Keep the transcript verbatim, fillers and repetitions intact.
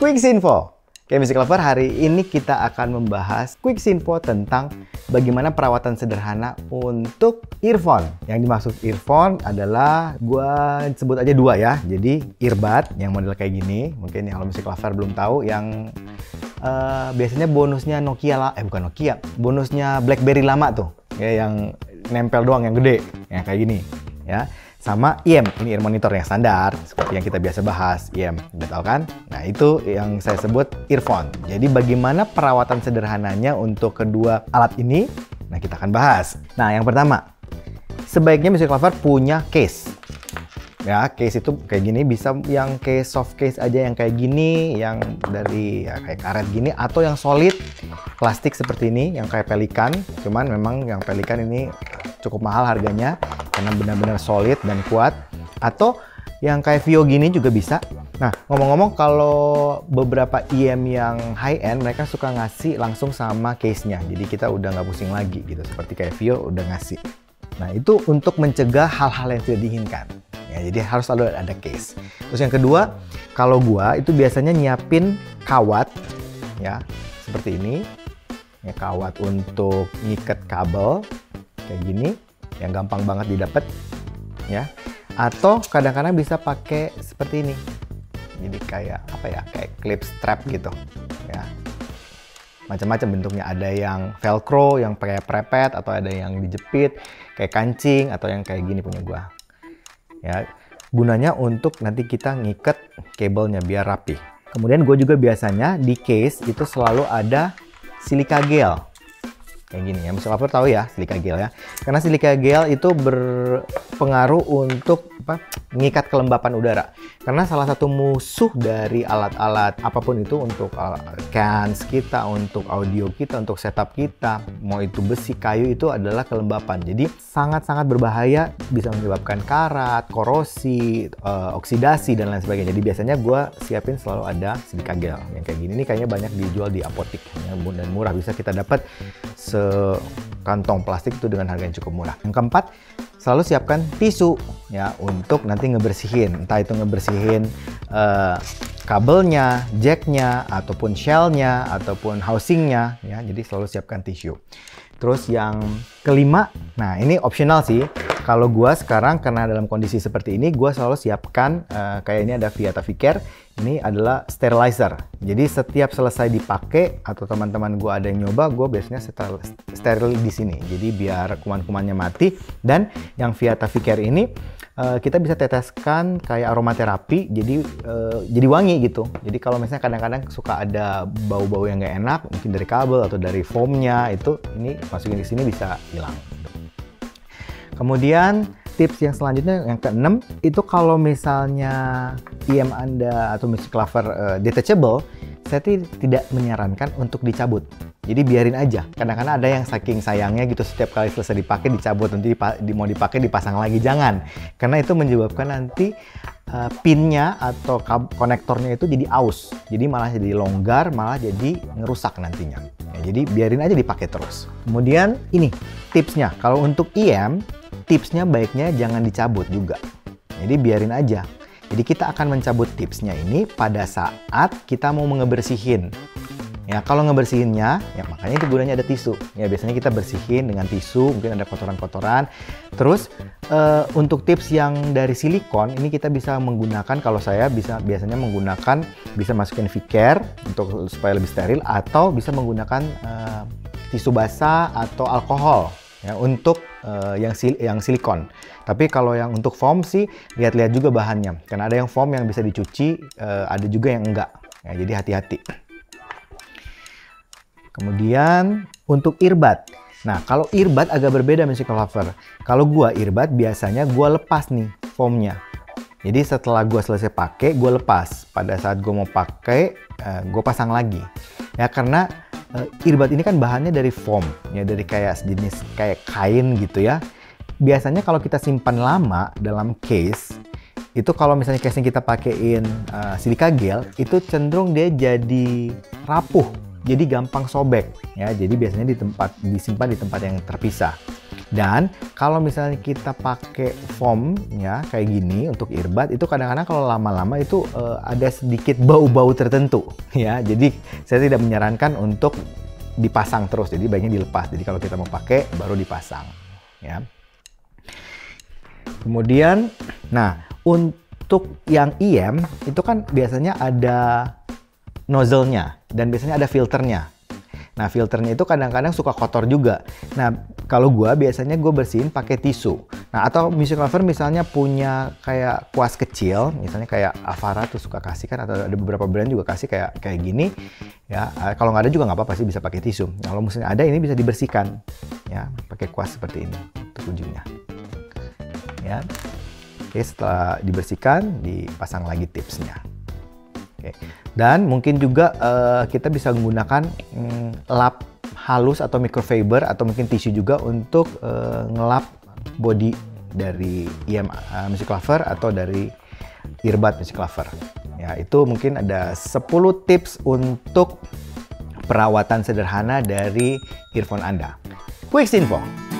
Quicksinfo. Oke, Music Lover, hari ini kita akan membahas Quicksinfo tentang bagaimana perawatan sederhana untuk earphone. Yang dimaksud earphone adalah, gua sebut aja dua ya. Jadi earbud yang model kayak gini, mungkin yang kalau Music Lover belum tahu, yang uh, biasanya bonusnya Nokia lah, eh bukan Nokia, bonusnya BlackBerry lama tuh, ya, yang nempel doang, yang gede, yang kayak gini, ya. Sama I M, ini ear monitor yang standar, seperti yang kita biasa bahas, I M, udah tahu kan? Nah, itu yang saya sebut earphone. Jadi bagaimana perawatan sederhananya untuk kedua alat ini? Nah, kita akan bahas. Nah, yang pertama, sebaiknya Music Lover punya case. Ya, case itu kayak gini, bisa yang case soft case aja, yang kayak gini, yang dari ya, kayak karet gini, atau yang solid, plastik seperti ini, yang kayak pelikan. Cuman memang yang pelikan ini cukup mahal harganya, karena benar-benar solid dan kuat. Atau yang kayak Vio gini juga bisa. Nah, ngomong-ngomong, kalau beberapa I M yang high end, mereka suka ngasih langsung sama case-nya. Jadi kita udah nggak pusing lagi gitu, seperti kayak Vio udah ngasih. Nah, itu untuk mencegah hal-hal yang tidak diinginkan. Ya, jadi harus selalu ada case. Terus yang kedua, kalau gua itu biasanya nyiapin kawat, ya, seperti ini. Ya, kawat untuk ngikat kabel, kayak gini, yang gampang banget didapat, ya. Atau kadang-kadang bisa pakai seperti ini. Jadi kayak apa ya, kayak clip strap gitu, ya. Macam-macam bentuknya, ada yang velcro, yang pakai prepet, atau ada yang dijepit, kayak kancing, atau yang kayak gini punya gua. Ya, gunanya untuk nanti kita ngikat kabelnya biar rapi. Kemudian gue juga biasanya di case itu selalu ada silika gel. Kayak gini ya, Music Lover tahu ya silika gel ya. Karena silika gel itu berpengaruh untuk apa? Mengikat kelembapan udara. Karena salah satu musuh dari alat-alat apapun itu, untuk uh, cans kita, untuk audio kita, untuk setup kita, mau itu besi, kayu, itu adalah kelembapan. Jadi sangat-sangat berbahaya, bisa menyebabkan karat, korosi, uh, oksidasi, dan lain sebagainya. Jadi biasanya gue siapin selalu ada silika gel. Yang kayak gini ini kayaknya banyak dijual di apotik, ya, dan murah. Bisa kita dapat sekantong plastik itu dengan harga yang cukup murah. Yang keempat, selalu siapkan tisu ya untuk nanti ngebersihin, entah itu ngebersihin uh, kabelnya, jacknya, ataupun shellnya, ataupun housingnya ya. Jadi selalu siapkan tisu. Terus yang kelima, nah ini optional sih. Kalau gua sekarang karena dalam kondisi seperti ini, gua selalu siapkan uh, kayak ini ada Viatavicare. Ini adalah sterilizer. Jadi setiap selesai dipakai atau teman-teman gua ada yang nyoba, gua biasanya steril, steril di sini. Jadi biar kuman-kumannya mati. Dan yang Viatavicare ini uh, kita bisa teteskan kayak aromaterapi. Jadi uh, jadi wangi gitu. Jadi kalau misalnya kadang-kadang suka ada bau-bau yang nggak enak, mungkin dari kabel atau dari foamnya, itu ini masukin di sini bisa hilang. Kemudian tips yang selanjutnya, yang keenam, itu kalau misalnya I M Anda atau Music Lover uh, detachable, saya tidak menyarankan untuk dicabut. Jadi biarin aja. Kadang-kadang ada yang saking sayangnya gitu, setiap kali selesai dipakai dicabut, nanti dipa mau dipakai dipasang lagi. Jangan, karena itu menyebabkan nanti uh, pinnya atau konektornya itu jadi aus. Jadi malah jadi longgar, malah jadi ngerusak nantinya. Ya, jadi biarin aja dipakai terus. Kemudian ini tipsnya, kalau untuk I M, tipsnya baiknya jangan dicabut juga. Jadi biarin aja. Jadi kita akan mencabut tipsnya ini pada saat kita mau ngebersihin. Ya, kalau ngebersihinnya, ya makanya itu gunanya ada tisu. Ya, biasanya kita bersihin dengan tisu, mungkin ada kotoran-kotoran. Terus uh, untuk tips yang dari silikon, ini kita bisa menggunakan, kalau saya bisa biasanya menggunakan, bisa masukin V-Care untuk supaya lebih steril, atau bisa menggunakan uh, tisu basah atau alkohol. Ya, untuk uh, yang sil yang silikon. Tapi kalau yang untuk foam sih, lihat-lihat juga bahannya. Karena ada yang foam yang bisa dicuci, uh, ada juga yang enggak. Ya, jadi hati-hati. Kemudian untuk earbud. Nah, kalau earbud agak berbeda Music Lover. Kalau gua earbud biasanya gua lepas nih foamnya. Jadi setelah gua selesai pakai, gua lepas. Pada saat gua mau pakai, uh, gua pasang lagi. Ya, karena Uh, earbud ini kan bahannya dari foam, ya, dari kayak sejenis kayak kain gitu ya. Biasanya kalau kita simpan lama dalam case, itu kalau misalnya case yang kita pakein uh, silika gel, itu cenderung dia jadi rapuh, jadi gampang sobek. Ya, jadi biasanya di tempat disimpan di tempat yang terpisah. Dan kalau misalnya kita pakai foam ya kayak gini untuk earbud, itu kadang-kadang kalau lama-lama itu uh, ada sedikit bau-bau tertentu ya. Jadi saya tidak menyarankan untuk dipasang terus, jadi baiknya dilepas. Jadi kalau kita mau pakai baru dipasang ya. Kemudian, nah untuk yang I M itu kan biasanya ada nozzle-nya dan biasanya ada filternya. Nah filternya itu kadang-kadang suka kotor juga. Nah kalau gue biasanya gue bersihin pakai tisu. Nah atau music lover misalnya punya kayak kuas kecil, misalnya kayak Avara tuh suka kasih kan, atau ada beberapa brand juga kasih kayak kayak gini. Ya kalau nggak ada juga nggak apa-apa sih, bisa pakai tisu. Kalau misalnya ada, ini bisa dibersihkan ya pakai kuas seperti ini untuk ujungnya. Ya, oke, setelah dibersihkan dipasang lagi tipsnya. Oke. Dan mungkin juga uh, kita bisa menggunakan mm, lap halus atau microfiber atau mungkin tisu juga untuk uh, ngelap body dari I M uh, music lover atau dari earbud music lover. Ya, itu mungkin ada sepuluh tips untuk perawatan sederhana dari earphone Anda. Quick Info.